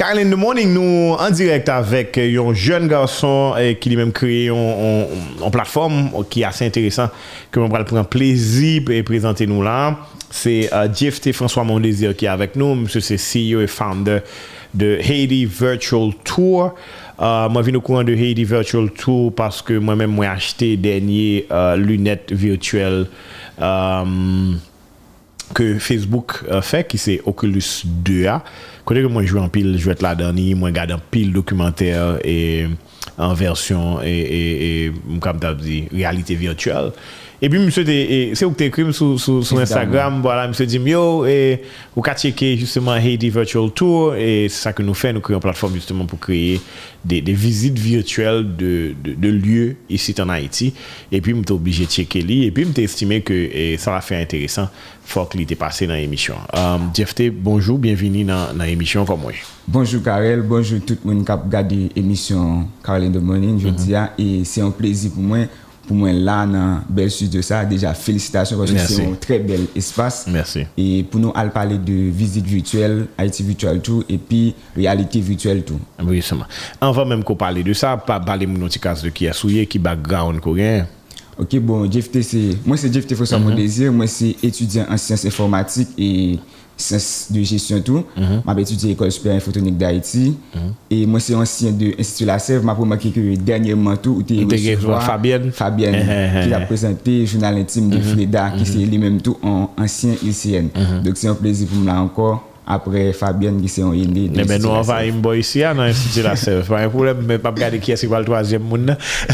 Caroline The Morning, nous en direct avec un jeune garçon qui lui-même créé une plateforme qui est assez intéressant, que on va prendre plaisir et présenter nous là. C'est JFT François Mondésir qui est avec nous. Monsieur, c'est CEO et founder de Haiti Virtual Tour. Moi, je viens au courant de Haiti Virtual Tour parce que moi-même, j'ai acheté dernier lunettes virtuelles que Facebook fait, qui c'est Oculus 2A. Côté que moi, je joue en pile, je vais être là dernier, moi, je regarde en pile documentaire et en version et comme tu as dit, réalité virtuelle. Et puis, monsieur, c'est où tu écris sur Instagram, voilà, monsieur dit, yo, et vous pouvez checker justement Haiti Virtual Tour, et c'est ça que nous faisons, nous créons une plateforme justement pour créer des visites virtuelles de lieux ici en Haïti. Et puis, je suis obligé de checker lui, et puis, je estimé que ça va faire intéressant, faut qu'il était passé dans l'émission. JFT, bonjour, bienvenue dans l'émission comme moi. Bonjour Karel, bonjour tout le monde qui a regardé l'émission Caroline The Morning, je dis, et c'est un plaisir pour moi là dans bel sud de ça. Déjà félicitations parce que c'est un très bel espace. Merci. Et pour nous aller parler de visite virtuelle, Haiti Virtual Tour et puis réalité virtuelle tout. Oui, justement. On va même qu'on parler de ça, pas parler de mon petit cas de qui a souillé, qui background coréen. OK, bon, JFT c'est JFT François Mondésir, moi c'est étudiant en sciences informatiques et sciences de gestion tout. M'a étudié l'école supérieure photonique d'Haïti et moi c'est ancien de Institut La Sève, m'a remarqué que dernièrement tout où tu Fabienne qui a présenté journal intime de Freda qui c'est lui-même tout en ancien ICN. Donc c'est un plaisir pour moi encore. Après Fabienne qui s'est en aîné. Mais nous on va y ici dans l'Institut La Sève. Pas un problème, mais pas regarder qui est le troisième monde.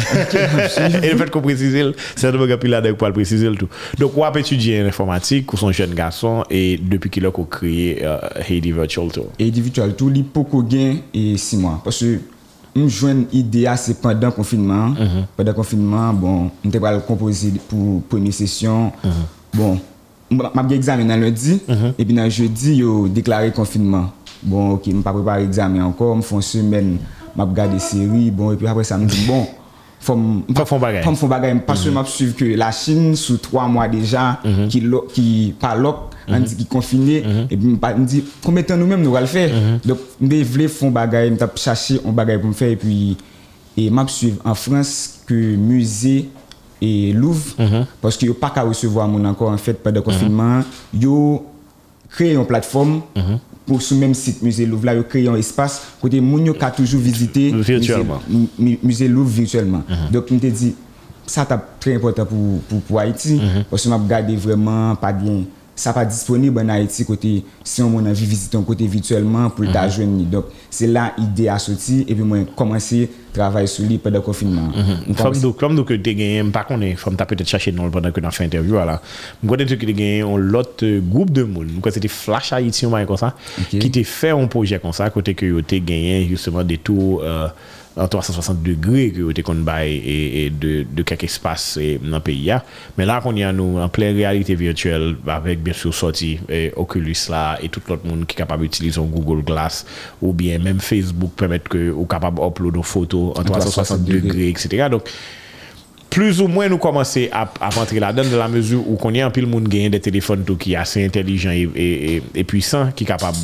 Et le fait qu'on précise, c'est un peu plus là pour le préciser le tout. Donc on va étudier l'informatique pour son jeune garçon et depuis qu'il a créé Haiti Virtual Tour. Haiti Virtual Tour, il peut gagner et 6 mois parce que une jeune idée c'est pendant le confinement. Pendant le confinement, bon, on était pas le composer pour première session. Bon, m'a examen dans lundi et puis dans jeudi yo déclaré confinement. Bon, OK, m'a pas préparé examen encore, me font semaine, m'a regarder série, bon et puis après ça me dit bon, faut bagay parce que m'a suivre que la Chine sous 3 mois déjà qui pas lock, on dit qui confiné et puis me dit combien de temps nous-mêmes nous va le faire. Donc me voulait font bagay, me t'a chercher un bagay pour me faire et puis m'a suivre en France que musée et Louvre parce que yo pas qu'à recevoir mon encore en fait pendant le confinement yo créé une plateforme pour ce même site musée Louvre là yo créé un espace côté moun yo ka toujours visiter virtuellement musée Louvre virtuellement donc me te dit ça t'a très important pour Haïti parce que m'a regardé vraiment pas bien ça pas disponible en Haïti côté si on a envie visiter un côté virtuellement pour ta joindre donc c'est là l'idée a sorti et puis moi commencer travailler sur lui pendant le confinement comme donc que tu gagné pas connait faut t'a peut-être chercher non pendant que on fait interview là moi que tu gagné un l'autre groupe de monde quoi c'était Flash Haïti comme ça qui t'a fait un projet comme ça côté que tu gagné justement des tours en 360 degrés que tu qu'on bail et de quelques espaces dans le pays mais là qu'on y a nous en pleine réalité virtuelle avec bien sûr sorti Oculus là et tout l'autre monde qui est capable d'utiliser un Google Glass ou bien même Facebook permettre que ou capable d'uploader des photos en 360 degrés etc. Donc plus ou moins nous commencer à rentrer là-dedans dans la mesure où qu'on y a un pile monde gagne des téléphones tout qui est assez intelligent et puissant qui est capable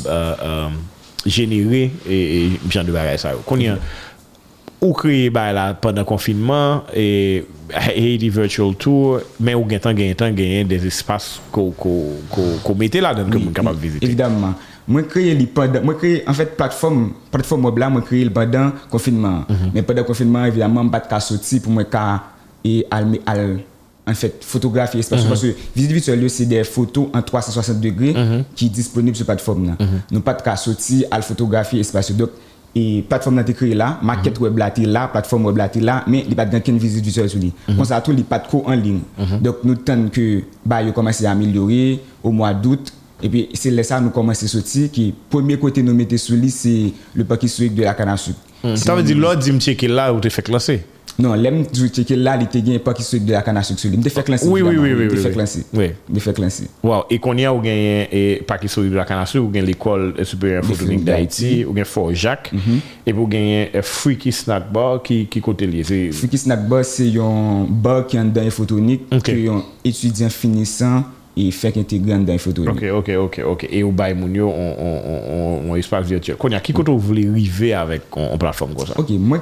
générer et genre de bagages ça qu'on y a ou créer là pendant le confinement et Haiti Virtual Tour mais ou gagner des espaces qu'on mettait là dedans que nous capable visiter évidemment moi créer en fait plateforme web là moi créer pendant confinement mais pendant confinement évidemment pas de sortir pour moi en fait photographier espace parce que visite virtuelle c'est des photos en 360 degrés qui disponibles sur plateforme là nous pas de sortir à photographier espace donc et plateforme là créé là maquette web là là plateforme web là mais il pas dans qu'une visite virtuelle sur lui comme ça tout il pas trop en ligne donc nous tentons que bah il commence à améliorer au mois d'août et puis c'est là ça nous commence à sortir qui premier côté nous mettre sur lui c'est le parc historique de la canne à sucre ça veut dire l'autre dit me checker là où tu fait classer non l'aime checker là il était gain parc historique de la canne à sucre sur lui me fait classer oui me fait classer wow et qu'on y a ou gain et parc historique de la canne à sucre ou gain l'école supérieure photonique d'Haïti ou gain Fort Jacques et vous gain Freaky Snack Bar qui côté lié Freaky Snack Bar c'est un bar qui est dans photonique que un étudiant finissant et faire intégrer dans les photos. OK. Et au bail moun yo on espace virtuel. Konya qui côté vous voulez arriver avec une plateforme comme ça? OK, moi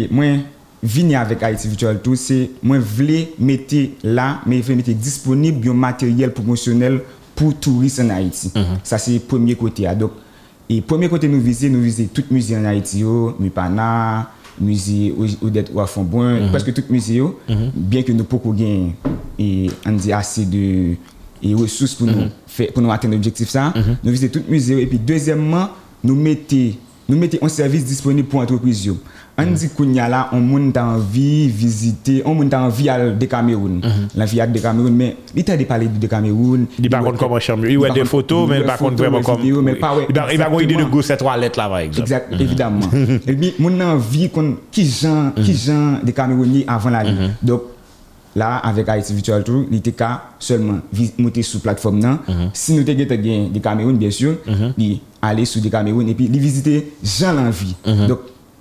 venir avec Haïti Virtual Tour, c'est moi voulais mettre là, mais je mettre disponible un matériel promotionnel pour touristes en Haïti. Ça c'est premier côté. Donc et premier côté nous viser toute musée en Haïti, Mipana, musée Odette ou à Fonboin, presque toute musée bien que nous pas gagner et on dit assez de ressources pour nous faire pour nous atteindre l'objectif ça. Nous viser toute musée et puis deuxièmement nous mettons un service disponible pour entreprise. On dit qu'on y a là, on monde envie visiter, on monde envie aller de Cameroun. La vie de Cameroun, mais il t'a parlé de Cameroun. Il pas contre comment chambre, il a des photos, mais pas contre vraiment comme. Il va avoir une idée de go cette toilette là par exemple. Exact, évidemment. Et puis mon envie qui gens de Camerounais avant la vie. Donc là avec Haïti Virtual Tour, il était seulement monter sur plateforme là. Si nous t'ai gagné de Cameroun bien sûr, aller sur des Cameroun et puis visiter gens l'envie. Donc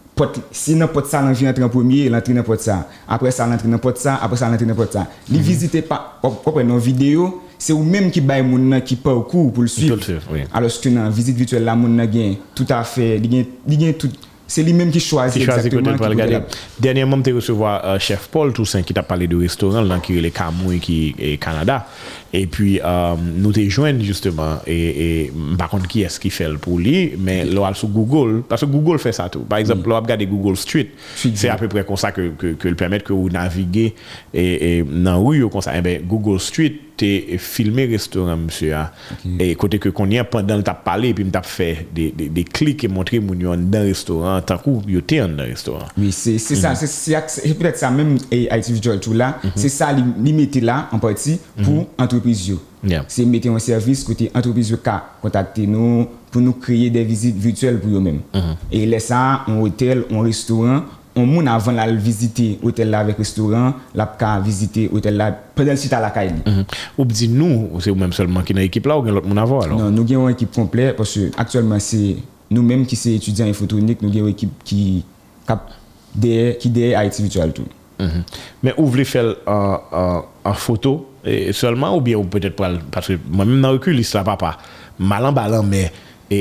si n'importe ça l'envie entrer en premier, l'entrer n'importe ça. Après ça l'entrer n'importe ça, après ça l'entrer n'importe ça. Les visiter pas après nos vidéos, c'est ou même qui bail moun qui parcourt pour le suivre. Alors que dans visite virtuelle là moun gain tout à fait, il gain tout. C'est lui-même qui choisit exactement. Dernièrement, tu as recevoir chef Paul Toussaint qui t'a parlé de restaurant dans qui est les Camouille qui est Canada. Et puis nous te joignent justement et par contre qui est-ce qui fait pour lui, mais là sur Google parce que Google fait ça tout. Par exemple, là regarder Google Street, c'est à peu près comme ça que le permettre que vous naviguer et dans rue comme ça. Et ben Google Street t'es filmé restaurant monsieur et côté que qu'on y a pendant le t'a parlé puis m't'a fait des clics et montrer mon dans restaurant tant que yo t'es dans restaurant. Oui, c'est ça, c'est peut-être ça même Haïti Virtual Tour là, c'est ça limité là en partie pour entreprise. C'est mettre un service côté entreprise ka contacter nous pour nous créer des visites virtuelles pour eux-mêmes. Et laisse ça un hôtel, un restaurant, on moun avant la visiter hôtel là avec restaurant, la ka visiter hôtel là pendant le site à la caille. Ou dit nous, c'est vous même seulement qui dans l'équipe là ou l'autre moun avant alors? Non, nous avons une équipe complète parce que actuellement c'est nous-mêmes qui sommes étudiants en photonique, nous avons une équipe qui est Haïti Virtual Tour. Mais vous voulez faire en photo seulement ou bien ou peut-être pas parce que moi-même dans le recul ça papa mal ballant mais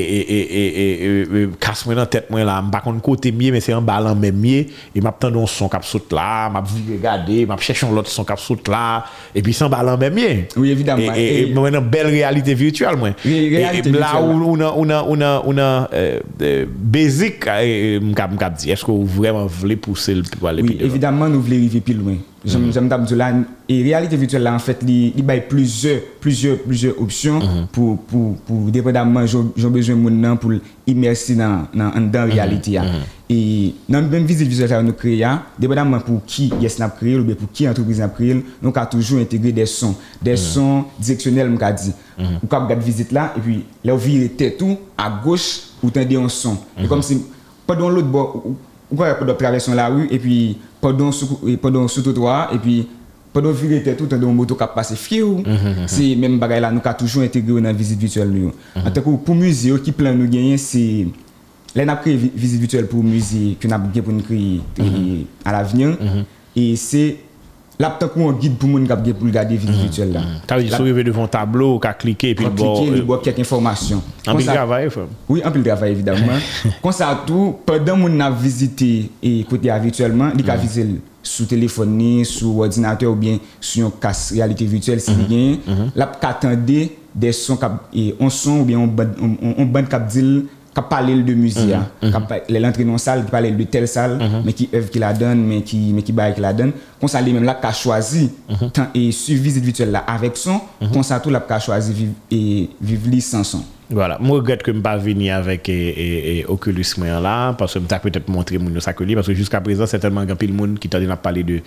casse-moi dans tête moi là pas contre côté mieux mais c'est en ballant même mieux et m'a tendon son cap saute là m'a regarder m'a chercher l'autre son cap saute là et puis sans ballant même mieux. Oui évidemment et moi une belle réalité virtuelle moi là où on a basic m'cap dit est-ce que vous vraiment voulez pousser le pour aller plus loin? Oui évidemment nous voulons arriver plus loin. J'aime dire là et réalité virtuelle là en fait il bail plusieurs options pour dépendamment j'ai besoin mon pour immerser dans réalité et dans même visite visuelle nous créer dépendamment pour qui yes n'a créé ou bien pour qui entreprise n'a créé nous a toujours intégré des sons directionnels m'ka dit ou cap regarder visite là et puis là virer tête tout à gauche ou tendre un son et comme si pendant l'autre bord ou quoi pour traverser la rue et puis pendant sous trottoir et puis pendant virer tête tout dans un moto qui passe fiou c'est même bagaille là nous a toujours intégré dans visite virtuelle nous en tant que pour musée qui plan nous gagner c'est là n'a créé visite virtuelle pour musée que n'a gagné pour nous créer à l'avenir et c'est là tant qu'on guide pour moun qui pour regarder visite virtuelle là tu as dit arriver devant tableau qu'a cliquer et puis bon quelques informations en pile travail oui en pile travail évidemment comme ça tout pendant moun n'a visité et côté virtuellement il a visiter sous téléphone sur ordinateur ou bien sur une casse réalité virtuelle si bien là qu'attendait des sons et on son ou bien on bande cap dit qui parle de musique l'entrée dans salle qui parle de telle salle mais qui œuvre qui la donne mais qui bail qui la donne comme ça lui même là qu'a choisi et suivre visite virtuelle là avec son comme ça tout là qu'a choisi vivre sans son. Voilà, moi regrette que je ne pas venir avec Oculus là parce que je peut-être montrer mon ça que parce que jusqu'à présent c'est tellement grand pile monde qui t'a déjà parlé de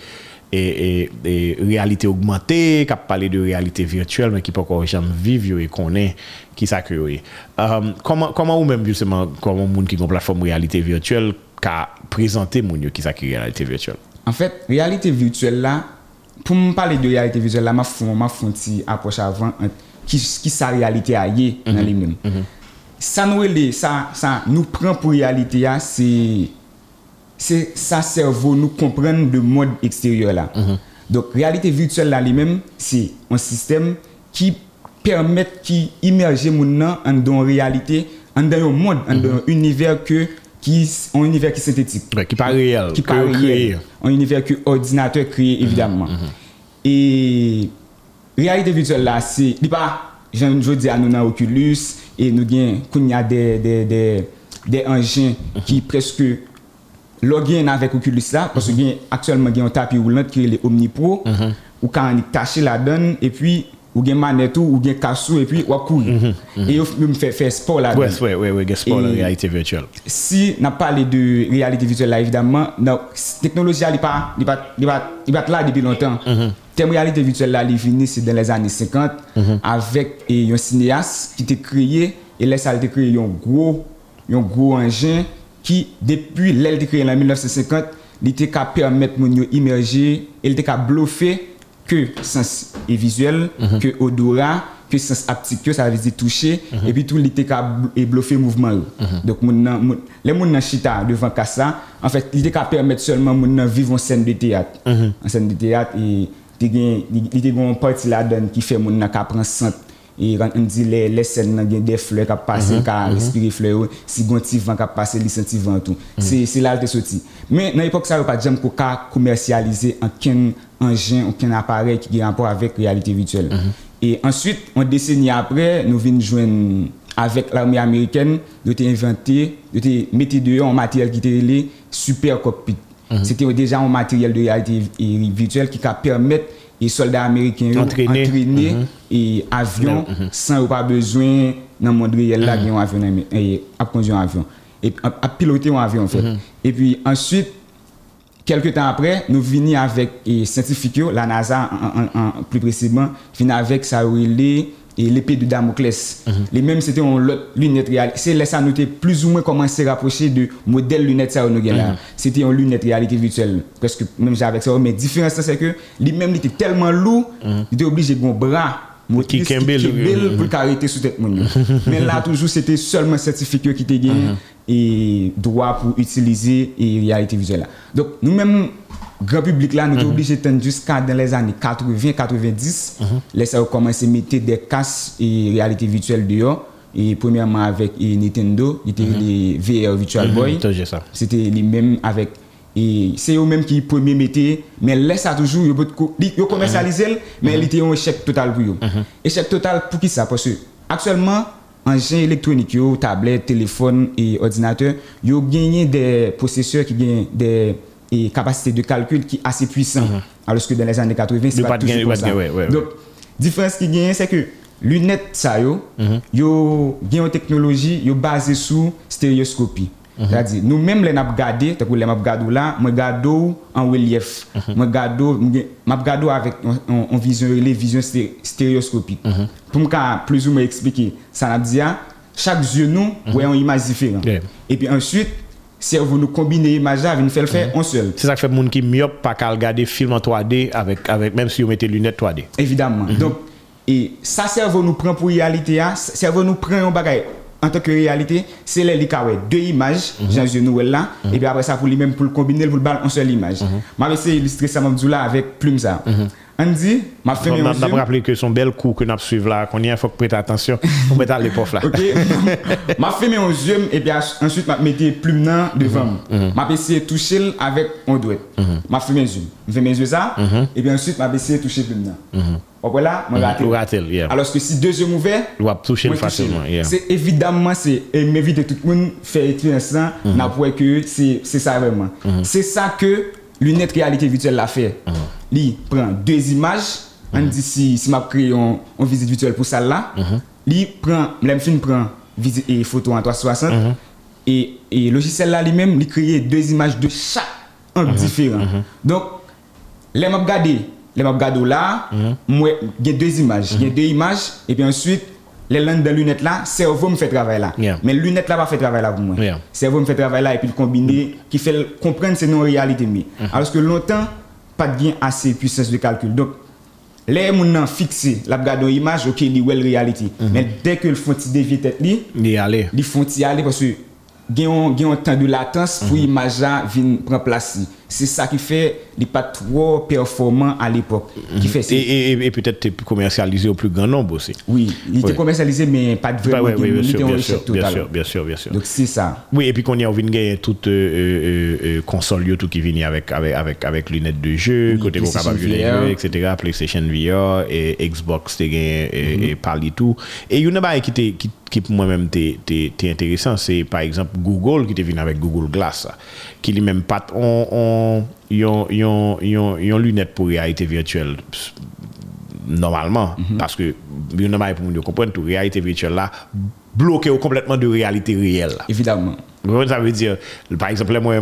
réalité augmentée, qui a parlé de réalité virtuelle mais qui pas encore jamais vivre et connaît qui ça que comment ou même justement comment monde qui ont plateforme réalité virtuelle qu'a présenté mon qui ça qui réalité virtuelle. En fait, réalité virtuelle là pour me parler de réalité virtuelle là m'a font petit approche avant qui sa réalité aille dans les mêmes ça nous prend pour réalité c'est ça cerveau nous comprendre le monde extérieur là donc réalité virtuelle là lui-même c'est un système qui permettre qui immerger mon nan en dans réalité, en dans un monde, en dans un univers qui synthétique. Ouais, qui pas réel. Qui pas réel. Un univers que ordinateur crée évidemment. Et réalité virtuelle là, c'est je dis à nous dans Oculus et nous il y a des engins qui presque login avec Oculus là parce que actuellement il y a un tapis roulant qui est le Omnipro ou quand on caché la donne et puis ou gen manette ou gen cassou et puis ou courir et on me fait sport là. Ouais, sport la réalité virtuelle. Si n'a parlé de réalité virtuelle là évidemment, la technologie elle pas là depuis longtemps. Thème réalité virtuelle là il venu c'est dans les années 50 avec un cinéaste qui était créé et là ça a été créé un gros engin qui depuis l'aile été créé en 1950, il était capable permettre mon immerger, il était capable bluffer que sens visuel, que odorat, que sens haptique, ça veut dire toucher et puis tout il était capable bluffer mouvement. Donc les moun nan chita devant ça, en fait, il était capable permettre seulement moun nan vivre en scène de théâtre. En scène de théâtre et il était une partie là-dedans qui fait moun nan ka prend centre. Et quand on dit les scènes nan gen des fleurs qui passent qui respirer fleurs si gon ti vent qui passer li senti vent tout c'est là que sorti mais dans l'époque ça pas jamais qu'on commercialiser aucun engin aucun appareil qui a rapport avec réalité virtuelle et ensuite une décennie après nous venons joindre avec l'armée américaine de inventé de mettre dehors un matériel qui était super cockpit c'était déjà un matériel de réalité virtuelle qui va permettre les soldats américains entraîner et avion sans pas besoin dans le monde réel là qui ont avion et à conduire un avion et à piloter un avion en fait. Et puis ensuite quelques temps après nous venons avec scientifiques la NASA plus précisément vient avec ça et l'épée de Damoclès. Les mêmes c'était une lunette réalité. C'est là ça nous était plus ou moins commencé à rapprocher de modèle lunette ça nous là. C'était une lunette réalité virtuelle parce que même avec ça mais différence c'est que lui même il était tellement lourd, il était obligé de un bras qui pour arrêter sous tête mon. Mais là toujours c'était seulement certificat qui était gagné et droit pour utiliser et réalité virtuelle là. Donc nous même grand public là nous sommes obligés d'attendre jusqu'à dans les années 80-90 là ça a commencé à mettre des casques et réalité virtuelle dehors et premièrement avec Nintendo il était les VR Virtual Boy c'était les mêmes avec et c'est eux même qui premier mettaient mais là ça toujours yo commercialisé mais il était un échec total pour eux. Échec total pour qui ça parce que actuellement engins électroniques tablettes téléphone et ordinateur yo gagné des processeurs qui gagnent des et capacité de calcul qui est assez puissant alors que dans les années 80 c'est pas toujours comme ça. Donc différence qui gagne c'est que lunettes ça yo gagne une technologie yo basée sur stéréoscopie. C'est-à-dire nous même les n'a regarder tant que les m'a regarder là moi regarde en relief moi regarde avec en vision stéréoscopique pour me plus ou moins expliquer ça n'a dit chaque yeux nous voyons une image différente et puis ensuite cerveau nous combiner image là vient faire un seul. C'est ça qui fait monde qui myope pas qu'à regarder film en 3D avec même si on mettait lunettes 3D. Évidemment. Donc et ça cerveau nous prend pour réalité cerveau nous prend un bagage en tant que réalité, c'est les deux images, Jean nous là et puis après ça pour lui-même pour le combiner pour le balle en seule image. M'a essayé illustrer ça là avec plume ça. On dit m'a fait mes yeux. M'a rappelé que son bel coup que n'a suivre là qu'on y a faut prêter attention, on mettre à l'époque là. OK. M'a fait mes yeux et puis ensuite m'a mettre plume là devant. M'a essayé toucher avec un doigt. M'a fait mes yeux. Fait mes yeux ça et puis ensuite m'a essayé toucher plume là. Voilà, moi raté. Alors que si deux yeux ouverts, on va toucher facilement. C'est évidemment c'est m'éviter tout le monde fait expérience ça, n'a pas que c'est ça vraiment. C'est ça que lunette réalité virtuelle l'a fait. Il prend deux images, on dit si m'a créé une visite virtuelle pour ça là, il prend visite et photo en 360 et logiciel là lui-même il crée deux images de chaque angle différent. Donc les m'a regardé là, moi j'ai deux images, et puis ensuite les lentes de lunettes là, cerveau me fait travail là. Mais lunettes là pas fait travail là pour moi. Cerveau me fait travail là et puis le combiner qui fait comprendre c'est non réalité mais alors que longtemps pas de gain assez puissance de calcul. Donc les gens fixé la regarder une image OK li well reality mais dès que le font dévier tête li aller li font aller parce que gain un temps de latence pour image là vient prendre place. c'est ça qui fait il pas trop performant à l'époque qui fait et peut-être commercialisé au plus grand nombre aussi. Oui, il était commercialisé mais pas de vraiment bien sûr. Donc c'est ça. Oui, et puis qu'on y a gagné toute console tout qui vient avec lunettes de jeu, côté qu'on capable de jouer etc. PlayStation VR et Xbox et parler tout. Et il y a une qui pour moi-même t'es intéressant, c'est par exemple Google qui était venu avec Google Glass qui lui-même pas on lunettes pour réalité virtuelle normalement parce que il y en a pour nous comprendre que réalité virtuelle là bloqué complètement de réalité réelle. Évidemment. Ça veut dire, par exemple, moi,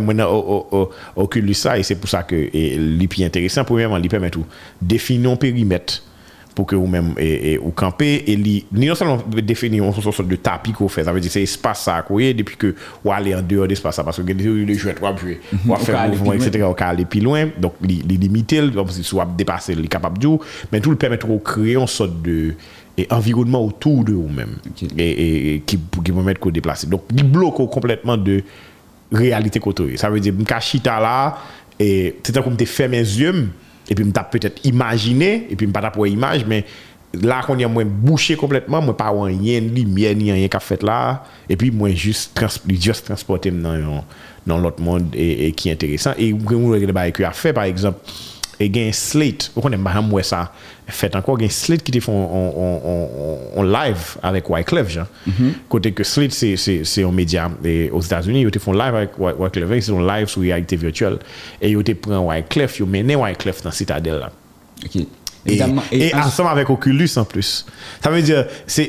Oculus ça, et c'est pour ça que c'est plus intéressant. Premièrement, il permet de définir un périmètre pour que vous-même ou camper et non seulement définir une sorte de tapis qu'on fait, ça veut dire c'est espace ça courir depuis que vous allez en dehors d'espace ça parce que les jouets vous appuyer vous faire un mouvement etc. on aller plus loin donc les limiter si soit dépasser les capable de mais tout le permet de créer une sorte de environnement autour de vous-même et qui permet de déplacer donc il bloque complètement de réalité côté ça veut dire m'kachita là et c'est comme tu fermes mes yeux et puis m't'a peut-être imaginé et puis m'pas pour image mais là qu'on y a moins bouché complètement moi pas rien lumière ni rien qu'a fait là et puis moi juste transporter dans l'autre monde et qui est intéressant et vous regardez que a fait par exemple et gain Slate on connaît pas moi ça fait encore gain Slate qui te font on live avec Wyclef Jean côté que Slate c'est un média aux États-Unis ils te font live avec Wyclef c'est un live sur réalité virtuelle et ils te prend Wyclef ils mené Wyclef dans Citadel là. OK. Et ensemble avec Oculus en plus. Ça veut dire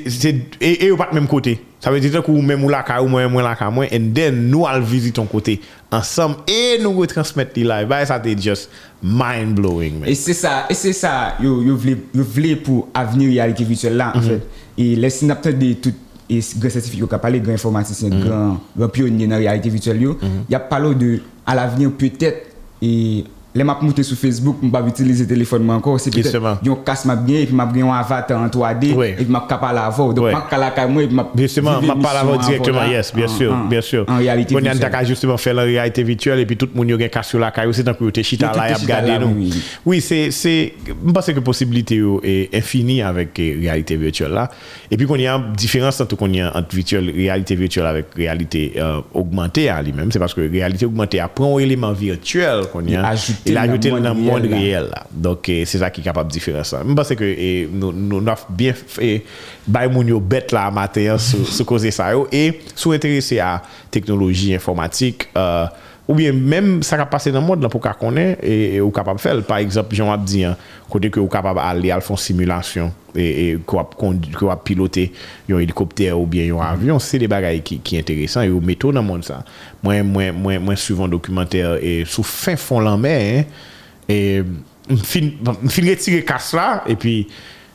et au pas de même côté. Ça veut dire que même ou là ou moi là moi and then nous allons visiter ton côté ensemble et nous retransmettre les live. Ça c'est just mind blowing man. Et c'est ça yo voulez pour avenir réalité virtuelle là en fait. Et les synapses de tout et grand certificat qu'a parlé grand informaticien grand pionnier dans réalité virtuelle yo, il y a parlé de à l'avenir peut-être et les m'a monter sur Facebook, je ne vais pas utiliser le téléphone encore, c'est peut-être un casse m'a bien et puis m'a bien un avatar en 3D et puis m'a capable à voir. Donc m'a capable moi et puis justement m'a pas la voir directement yes, bien sûr. En réalité virtuelle. On a justement faire la réalité virtuelle et puis tout le monde a casse sur la caille aussi tant que tu chita là et regarder nous. Oui, c'est je pense que possibilité est infinie avec réalité virtuelle là. Et puis qu'on y a une différence entre réalité virtuelle avec réalité augmentée à lui-même, c'est parce que réalité augmentée apprend un élément virtuel qu'on y a il a ajouté dans le monde réel là. Donc c'est ça qui est capable de différer ça. Je pense que nous avons bien fait bay moun yo bête là matin sur causer ça et sous intéressé à technologie informatique ou bien même ça va passer dans le monde là pour qu'on connaît et ou capable faire par exemple Jean a dit côté que ou capable aller à faire simulation et qu'on piloter un hélicoptère ou bien un avion c'est des bagages qui intéressant et au métaux dans le monde ça moi suivant documentaire et sous fin fond la mer et fin retirer casse là et puis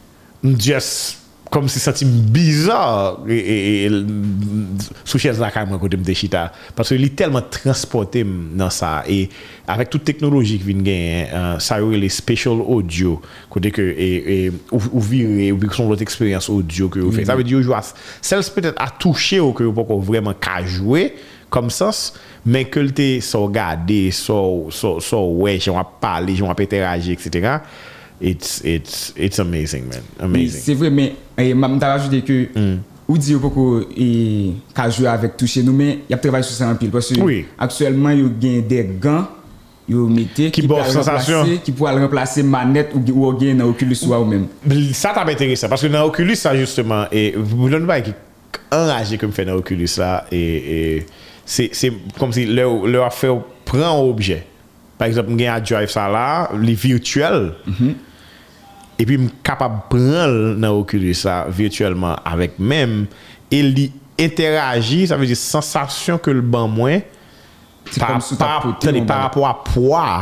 just comme si ça bizarre et sous chaise la caméra côté de chita parce que il est tellement transporté dans ça et avec toute technologie qui vient gagner ça y les special audio côté que ou virer ou son l'autre expérience audio que vous faites ça veut dire jouer celle peut-être à toucher ou que vous pas vraiment qu'à jouer comme ça mais que le t'es so regarder so ouais on va parler on va interagir etc. It's amazing man amazing. C'est vrai mais m'a rajouté que ou dit beaucoup et qu'a jouer avec toucher nous mais il y a travaillé sur ça en pile parce que actuellement il y a des gants yo mettez qui pourra remplacer manette ou gain dans Oculus ou même. Ça t'a intéressé parce que dans Oculus ça justement et vous donnez pas qui enragé comme fait dans Oculus là et c'est comme si leur affaire prend un objet. Par exemple, on a drive ça là, les virtuels. Et puis je capable de prendre dans Oculus ça virtuellement avec même et il interagit, ça veut dire sensation que le ban moins par rapport à poids.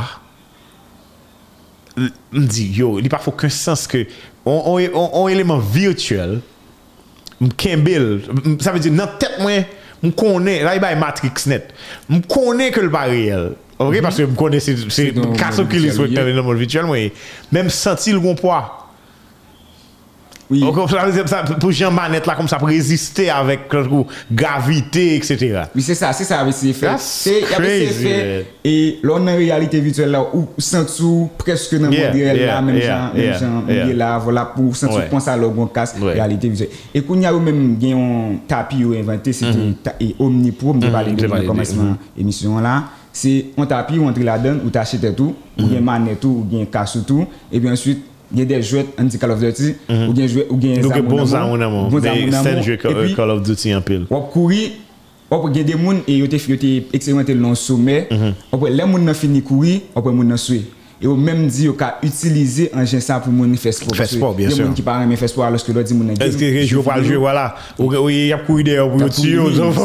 On dit yo, il pas faut qu'un sens que on élément virtuel m'kembel, ça veut dire dans tête moi on connaît là il y a Matrix net. On connaît que le pas réel. OK parce que je connais c'est casse Oculus dans le monde virtuel mais même sentir le bon poids Oui. Pour Jean manette là comme ça pour résister avec gravité etc. Oui, c'est ça avec ces effets. C'est crazy. Et là on a réalité virtuelle là où sens presque dans le monde réel là même gens là voilà pour sentir penser à leur bon casque réalité virtuelle. Et qu'on y a même un tapis inventé c'était Omnipro, me parler de commencement émission là. C'est un tapis où entrer là-dedans où t'achètes tout, ou bien manette tout, ou bien casse tout et puis ensuite il y a des jouets anti Call of Duty ou bien jouets ou bien bons amours des jeux Call of Duty en pile on courir on peut des monde et yo te expérimenter le sommet on peut les monde nan fini courir on peut monde nan soué et au même dit yo ka utiliser engin ça pour monde faire sport bien sûr monde qui pas aimer faire sport alors que l'autre dit monde est-ce que je vais jouer voilà ou il y a courir derrière pour tuer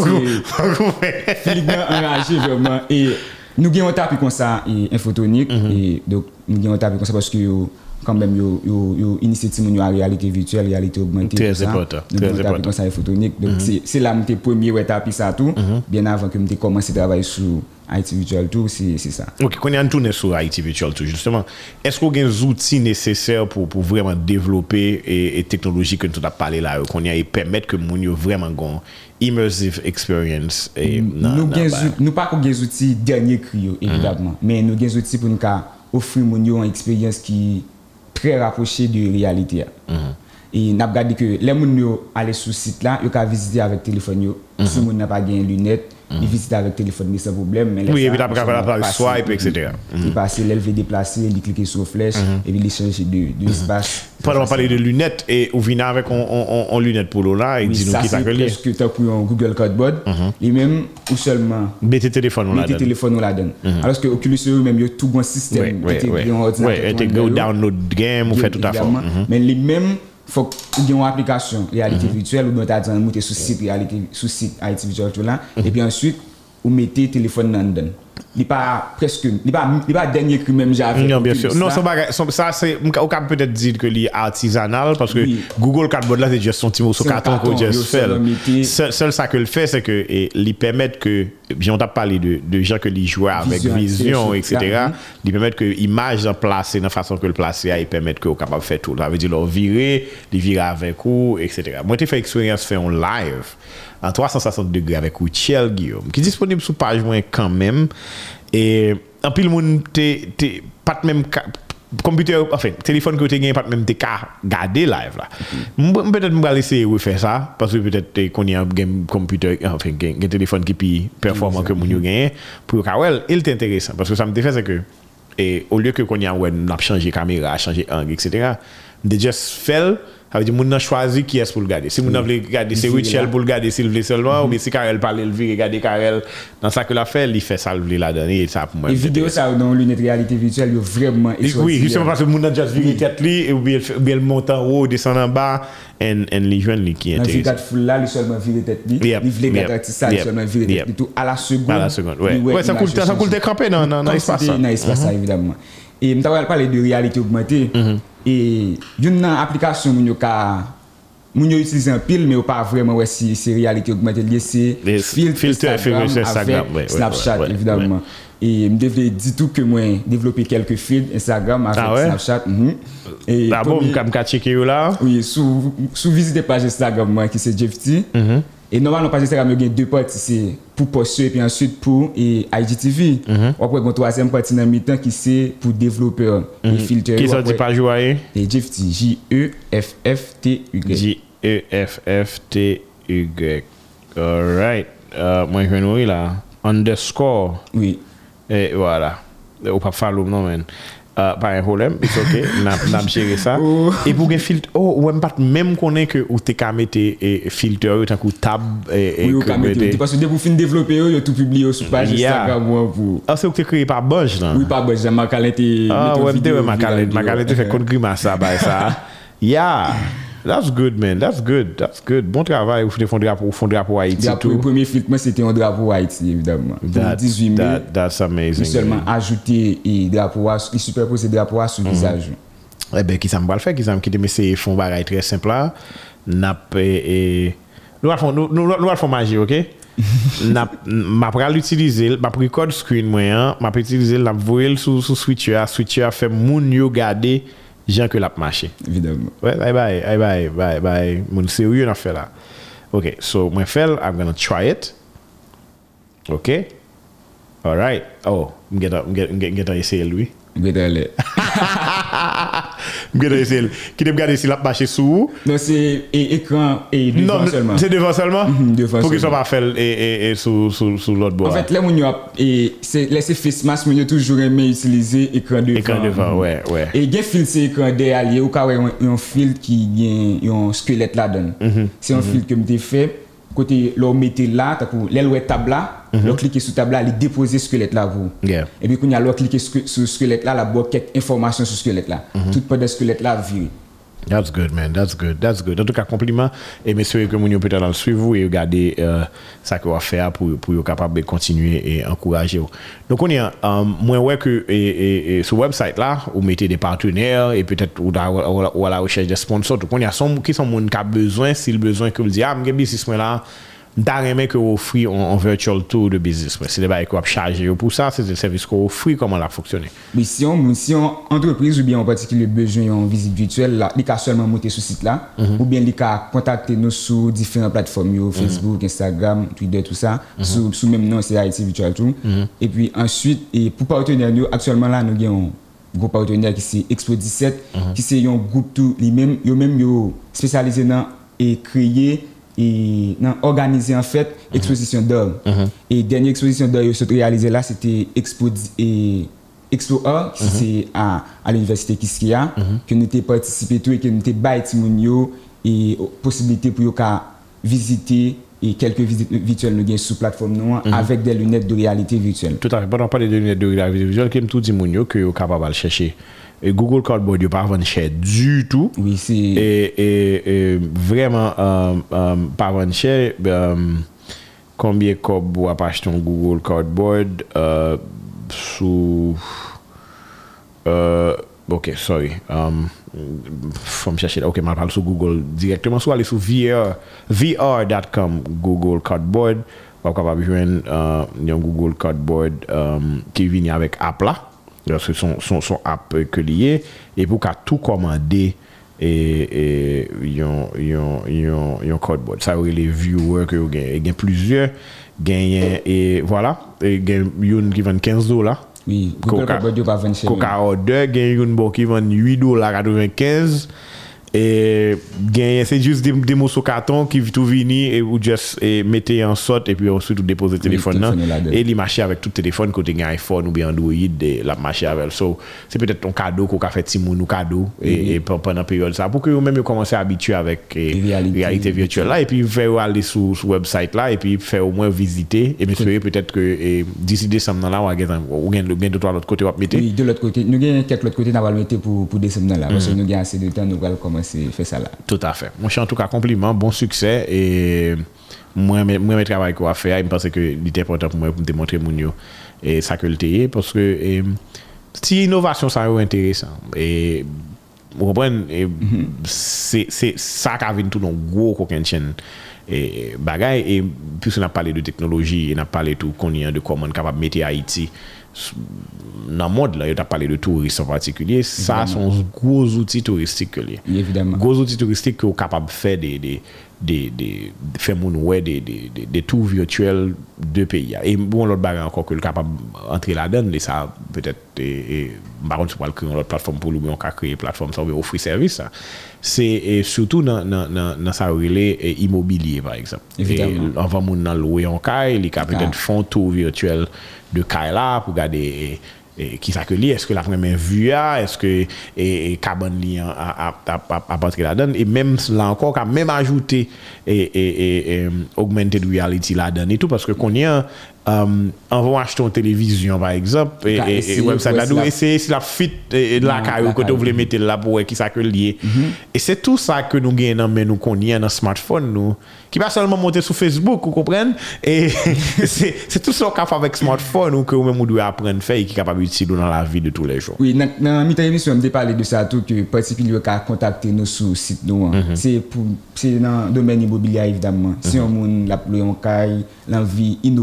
Philippe enragé vraiment et nous avons un tapis comme ça et infotonique et donc nous avons un tapis comme ça parce que quand même yo initiative à réalité virtuelle réalité augmentée très important très important comme ça photonique donc c'est là mon premier tapis ça tout bien avant que me commencer travailler sur IT Virtual Tour, c'est ça. Ok, quand on a tourné sur IT Virtual Tour, justement, est-ce qu'on a des outils nécessaires pour vraiment développer et technologie que tu as parlé là, qu'on y a permettre que mon yo vraiment gon immersive experience et nous pas des outils dernier cri évidemment, mais nous des outils pour nous offrir mon yo une expérience qui très rapprochée de réalité. Et n'a regardé que les moun yo aller sur site là, yo ka visiter avec téléphone yo. Si moun n'a pas gagné lunettes, il visite avec téléphone sans problème mais oui, et puis après swipe etc. Il passe l'élevé déplacé, il clique sur flèche et puis il change de espace. Pendant parler de lunettes et ou venir avec on lunettes pour là et dit nous qui ça que lié. Parce que tu as pris un Google Cardboard et même ou seulement mettez téléphone là dedans. Alors que Oculus même il y a tout un système intégré en ordinateur. Intégré download game ou fait tout à fait. Mais les mêmes faut qu'il y ait une application réalité virtuelle ou bien tu as monter sur site réalité sur site IT Virtual Tour là et puis ensuite vous mettez téléphone dedans. Il pas presque il pas dernier cri même j'avais. Non bien sûr. Non ça c'est on peut peut-être dire que li artisanal parce que Google Cardboard là c'est juste son petit morceau carton qu'on juste fait. Seul ça que le fait c'est que il permet que on t'a parlé de gens que li jouent avec vision etc. Il permet que image placée dans façon que le placer il permet que capable faire tout. Ça veut dire leur virer avec vous etc. Moi j'ai fait expérience faire un live en 360 degrés avec Uchel Guillaume qui est disponible sur page moins quand même et en pile monde t'es pas même computer enfin téléphone que tu gagné pas même t'es garder live là peut-être me laisser refaire ça parce que peut-être qu'on y a un game computer enfin un téléphone qui plus performant que mon yo gagné pour Kawel il est intéressant parce que ça me fait c'est que et au lieu que qu'on y a on a changé caméra changer angle etc. de just faire ça veut dire moun nan choisi qui est pour le garder si moun nan veut garder c'est Richel pour le garder s'il veut seulement ou bien si Karel parle le virer garder Karel dans ça que la fait il fait ça le là-dedans et ça pour moi et vidéo ça dans lunettes réalité virtuelle vraiment oui justement parce que moun nan just virer tête li ou bien le monter en haut descendre en bas et les jeunes qui intéressent dans full là il seulement virer tête li il veut mettre artiste ça seulement virer tête tout à la seconde ouais ça coule décraper dans l'espace ça évidemment et on va parler de réalité augmentée et une application moun yo utilise en pile mais pas vraiment ouais si c'est réalité augmentée lié c'est filtre Instagram avec Snapchat évidemment et me devais dire tout que moi développer quelques feeds Instagram avec Snapchat et bon me checker là oui sous visiter page Instagram moi qui c'est Jeffty et normalement page Instagram il y a deux parties c'est pour poster et puis ensuite pour IGTV après une troisième partie dans mi-temps qui c'est pour développeurs et filtres qui ça dit pas jouer et Jeffty Jeffty alright moi je vais là underscore oui et voilà ou pas follow non man pas un problème it's okay n'a gérer ça et pour un filtre ou même connaît que ou t'es qu'à mettre filtre tant que tab et parce que dès que vous finissez développer yo tout publier sur page Instagram pour c'est que tu créé par Budge là oui par Budge Macalette Macalette fait contre grimace ça yeah. That's good, man. That's good. Bon travail. Vous font drapeau Haïti. Le premier film, c'était un drapeau Haïti, évidemment. 18 mai. That's amazing. Seulement ajouter et drapeau, il superposer drapeau sur le visage. Eh ben, qui ça me va le faire? Qui ça me quitte, mais c'est font bagaille très simple là. Nous allons faire magie, ok? M'a pral l'utiliser, m'a pris code screen moi, m'a utiliser la voyer sur switcher fait moun yo garder Jean que l'a marché. Évidemment. Ouais, bye. Mon sérieux n'a fait là. OK, so moi fait, I'm going to try it. OK. All right. Oh, get essayer lui. Je essayer. Qui te regarder si l'a marché sous. Non, c'est écran et devant seulement. C'est devant seulement. Devant pour qu'il soit pas fait et sous l'autre bord. En fait, là et c'est laisser face mask mais toujours aimé utiliser écran devant. Écran devant, ouais. Et il y a fil c'est écran derrière ou quand un fil qui a un squelette là-dedans. C'est un fil que me fait côté là mettez là l'aile ouais table là, là cliquer sur table là, il déposer squelette là vous. Et puis quand il y a là cliquer sur squelette là, la boit quelques informations sur squelette là. Tout pas de squelette là viré. That's good, man. That's good. En tout cas, compliment. Et messieurs, que vous peut-être le suivre et regarder ça qu'on va faire pour être capable de continuer et encourager. Donc, on y a, moi, ouais, que sur le website là, vous mettez des partenaires et peut-être ou à la recherche des sponsors. Donc, on y a qui sont gens qui ont besoin, si le besoin que vous dites, je business là, d'ailleurs que vous offrez un virtual tour de business. C'est des bails qu'on va charger pour ça, c'est des services qu'on offre, comment ça fonctionne. Mais si on entreprise ou bien en particulier besoin d'une visite virtuelle, là, il a seulement monter sur site là, ou bien il a contacter nous sur différentes plateformes, Facebook, Instagram, Twitter, tout ça, sous même nom c'est IT Virtual Tour. Et puis ensuite, et pour partenaires, actuellement là, nous avons un gros partenaire qui c'est Expo 17, qui c'est un groupe tout, lui-même, spécialisé dans et créer et organiser en fait exposition d'or. Et dernière exposition d'or que j'ai réalisée là, c'était Expo A qui c'est à l'université Kiskia que nous avons participé tout et que nous avons baillé et possibilité pour visiter et quelques visites virtuelles nous sur plateforme avec des lunettes de réalité virtuelle. Tout à fait. Pendant parler de lunettes de réalité virtuelle, comme tout dit mon que vous capable de chercher. Et Google Cardboard, il pas vendre cher du tout. Oui, c'est et vraiment pas vendre cher. Combien cob vous acheter un Google Cardboard sous OK, sorry. Faut me chercher. OK, je parle sur Google directement. Soit aller sur vr.com Google Cardboard. Vous capable joindre un Google Cardboard qui vient avec app là. C'est son app que lié et pour qu'à tout commander et yon cardboard ça aurait les viewers que il y a plusieurs gagnent et voilà et gagne une qui vend $15. Oui, Google Cardboard pas vendre cher. Coca order gagne une bon qui vend $8.95 et gagne c'est juste des morceaux carton qui tout vini et vous juste mettez en sorte et puis ensuite vous déposez le téléphone là et il marche avec tout téléphone côté iPhone ou bien Android et la marche avec so c'est peut-être un cadeau qu'on a fait Timon ou cadeau et pendant période ça pour que vous même commencer à habituer avec réalité virtuelle là et puis faire aller sur website là et puis faire au moins visiter et monsieur peut-être que d'ici décembre là ou bien de l'autre côté on va mettre. Oui, de l'autre côté nous gagne quelque l'autre côté on va le mettre pour décembre là parce que nous gagne assez de temps nous va commencer fait ça là. Tout à fait. Mon cher en tout cas compliment, bon succès et moi mes travail qu'on a fait, je pense que il était important pour moi pour te montrer mon yo et ça que le téye parce que si innovation ça est intéressant et vous comprenez c'est ça qui a venu tout dans gros coquin chaîne et bagaille et puis on a parlé de technologie, on a parlé tout qu'on y a de comment on capable mettre Haïti dans le monde là, il a parlé de tourisme en particulier, ça sont gros outils touristiques que évidemment. Gros outils touristiques que sont capables de faire faire des tours virtuels de pays. Et bon l'autre bagarre encore que le capable entrer là-dedans et ça peut-être par contre pas créer une autre plateforme pour lui on peut créer plateforme ça veut offrir service ça. C'est surtout dans ça relais immobilier par exemple. Évidemment. Avant mon dans louer en caille, il peut peut-être font tour virtuel de caille là pour regarder qui ça que li est-ce que la première vue est-ce que cabane li à rentrer là-dedans et même là encore qu'a même ajouté augmented reality là-dedans et tout parce que qu'on y a on va acheter une télévision par exemple et website là et c'est la fit la caille que vous voulez mettre là pour qui ça que lié et c'est tout ça que nous gagnons mais nous qu'on y a dans smartphone nous qui pas seulement monter sur Facebook vous comprenez et c'est tout ça qu'on fait avec smartphone ou que même on doit apprendre à faire et qui est capable d'utiliser dans la vie de tous les jours. Oui, dans mi émission on parler de ça tout que particulier qu'à contacter nous sur site nous c'est dans le domaine immobilier évidemment si on moun la louer en caille l'envie innover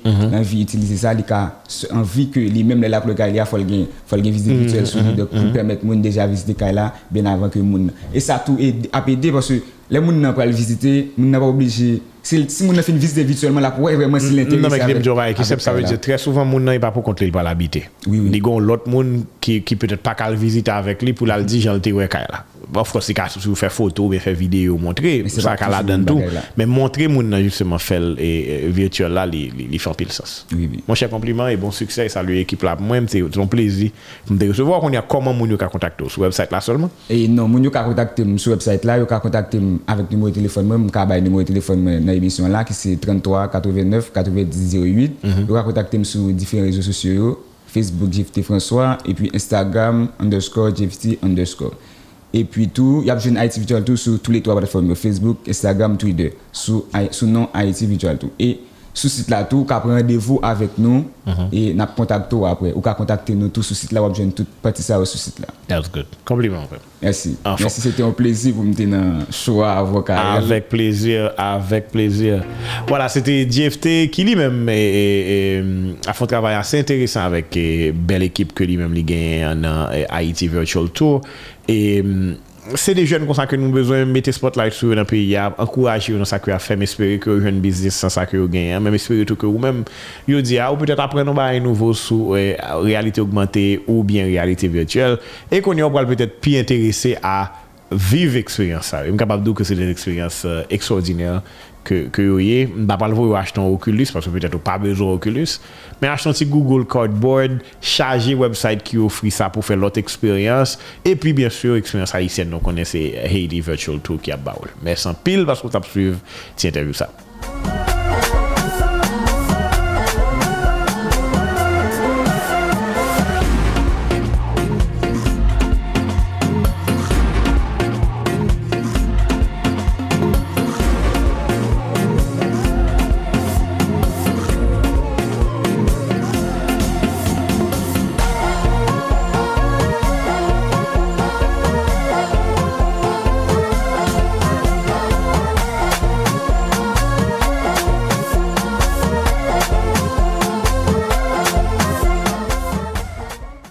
envie utiliser ça, il a envie que lui-même là pour le cas il faut le visite virtuelle sur lui pour permettre moun déjà visiter là bien avant que moun. Et ça tout a aidé parce que les moun n'a pas le visiter, moun n'a pas obligé si moun a fait une visite virtuellement là pour vraiment si l'intérêt. Non mais ça veut dire très souvent moun n'a pas pour contre il pas l'habiter. Il gon l'autre moun qui peut-être pas qu'à le visiter avec lui pour la dire j'en te ouais là. Of course, si vous faites photo, bien faire vidéo, montrer, ça qu'à la donne tout. Mais montrer moun justement fait virtuel là, il fait pile sens. Mon cher compliment et bon succès, salut équipe là. Moi, c'est un plaisir de recevoir qu'on y a comment moun yo ka contacter sur website là seulement. Et non, moun yo ka contacter sur website là, yo ka contacter avec numéro de téléphone moi, ka bay numéro de téléphone dans l'émission là qui c'est 33 89 90 08. Yo ka contacter sur différents réseaux sociaux, Facebook JFT François et puis Instagram _JFT_. Et puis tout, il y a besoin d'Haïti Virtual Tour sur tous les trois plateformes, Facebook, Instagram, Twitter, sous nom Haïti Virtual Tour. Et sur ce site là tout, vous pouvez prendre rendez-vous avec nous et nous contacter après. Ou contacter nous tout sur ce site là, vous avez toute partie ça sur ce site là. That's good. Compliment. Merci. Merci, c'était un plaisir pour me tenir choix avocat. Avec plaisir. Voilà, c'était JFT qui lui-même a fait un travail assez intéressant avec belle équipe que lui-même il gagne en Haïti Virtual Tour. Et c'est des jeunes comme ça que nous avons besoin de mettre spotlight sur dans le pays, encourager dans ça que à faire, espérer que jeune business sans ça que vous gagnez, même espérer tout que vous même vous dit ou peut-être apprendre un nouveau sur réalité augmentée ou bien réalité virtuelle et qu'on y a peut-être plus intéressé à vivre expérience ça. Je suis capable de dire que c'est une expérience extraordinaire que vous avez. Je ne vais pas vous acheter un Oculus parce que peut-être pas besoin d'Oculus, mais acheter un petit Google Cardboard, charger website qui offre ça pour faire l'autre expérience et puis bien sûr expérience haïtienne donc on connaît c'est Haiti Virtual Tour qui a baoul. Mais sans pile parce que vous avez suivi cette interview ça.